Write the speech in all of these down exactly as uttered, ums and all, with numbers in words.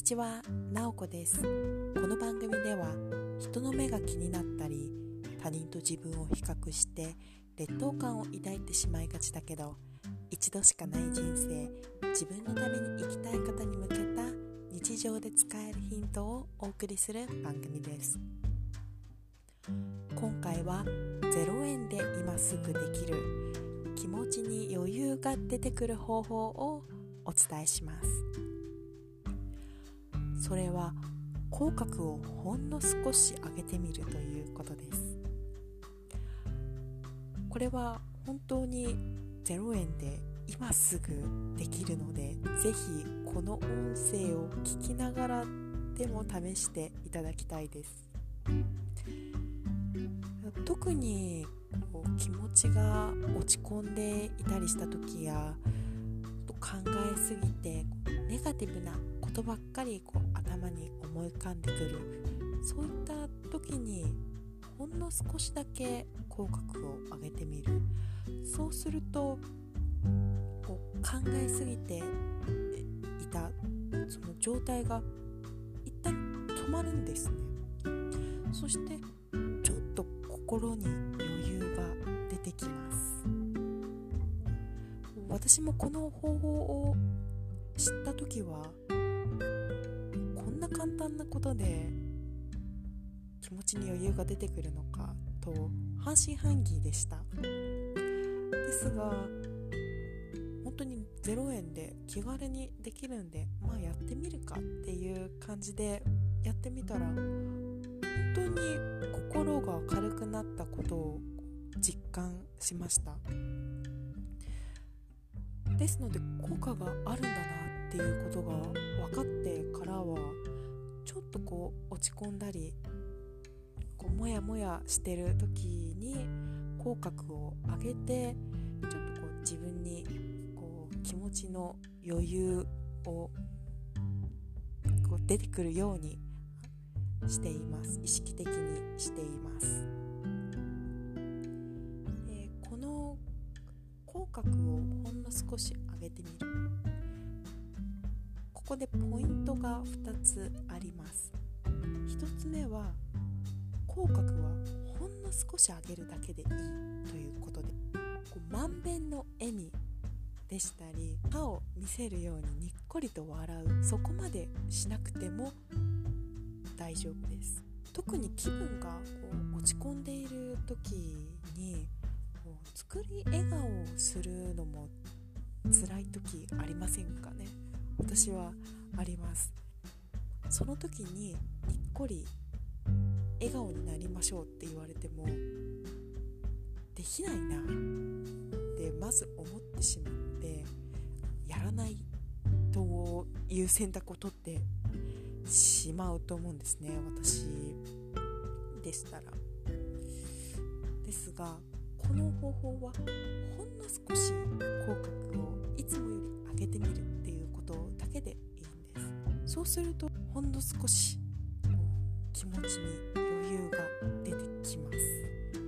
ちは、なおこです。この番組では人の目が気になったり、他人と自分を比較して劣等感を抱いてしまいがちだけど、一度しかない人生、自分のために生きたい方に向けた日常で使えるヒントをお送りする番組です。今回はゼロえんで今すぐできる気持ちに余裕が出てくる方法をお伝えします。それは口角をほんの少し上げてみるということです。これは本当にゼロえんで今すぐできるので、ぜひこの音声を聞きながらでも試していただきたいです。特にこう気持ちが落ち込んでいたりした時や、考えすぎてネガティブなことばっかりこう頭に思い浮かんでくる、そういった時にほんの少しだけ口角を上げてみる。そうするとこう考えすぎていたその状態が一旦止まるんですね。そしてちょっと心に余裕が出てきます。私もこの方法を知った時は、こんな簡単なことで気持ちに余裕が出てくるのかと半信半疑でした。ですが本当にゼロえんで気軽にできるんで、まあやってみるかっていう感じでやってみたら、本当に心が軽くなったことを実感しました。ですので効果があるんだなっていうことが分かってからは、ちょっとこう落ち込んだりこうモヤモヤしてる時に口角を上げて、ちょっとこう自分にこう気持ちの余裕をこう出てくるようにしています。意識的にしています。でこの口角をほんの少し上げてみる。ここでポイントがふたつあります。ひとつめは、口角はほんの少し上げるだけでいいということで、こう満遍の笑みでしたり、歯を見せるようににっこりと笑う、そこまでしなくても大丈夫です。特に気分がこう落ち込んでいる時にこう作り笑顔をするのも辛い時ありませんかね。私はあります。その時ににっこり笑顔になりましょうって言われてもできないなってまず思ってしまって、やらないという選択を取ってしまうと思うんですね、私でしたら。ですがこの方法はほんの少し口角をいつもより上げてみるっていうことだけでいいんです。そうするとほんの少し気持ちに余裕が出てきます。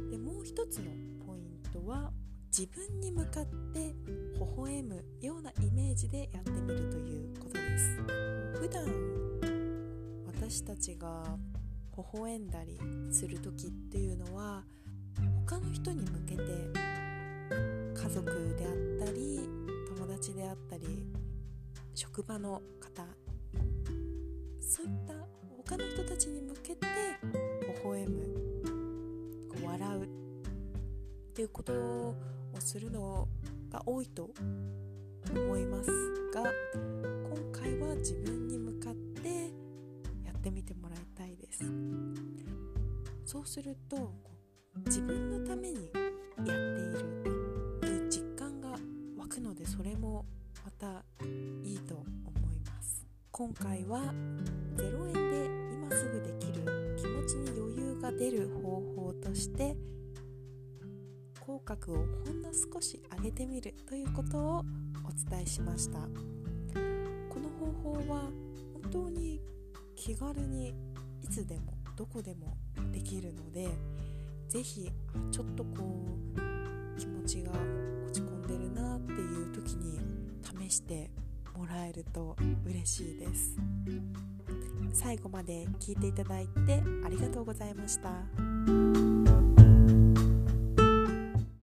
でもう一つのポイントは、自分に向かって微笑むようなイメージでやってみるということです。普段私たちが微笑んだりする時っていうのは、他の人に向けて、家族であったり友達であったり職場の方、そういった他の人たちに向けて微笑む、こう笑うっていうことをするのが多いと思いますが、今回は自分に向かってやってみてもらいたいです。そうすると自分のためにやっているという実感が湧くので、それもまたいいと思います。今回はゼロえんで今すぐできる気持ちに余裕が出る方法として、口角をほんの少し上げてみるということをお伝えしました。この方法は本当に気軽にいつでもどこでもできるので、ぜひちょっとこう気持ちが落ち込んでるなっていう時に試してもらえると嬉しいです。最後まで聞いていただいてありがとうございました。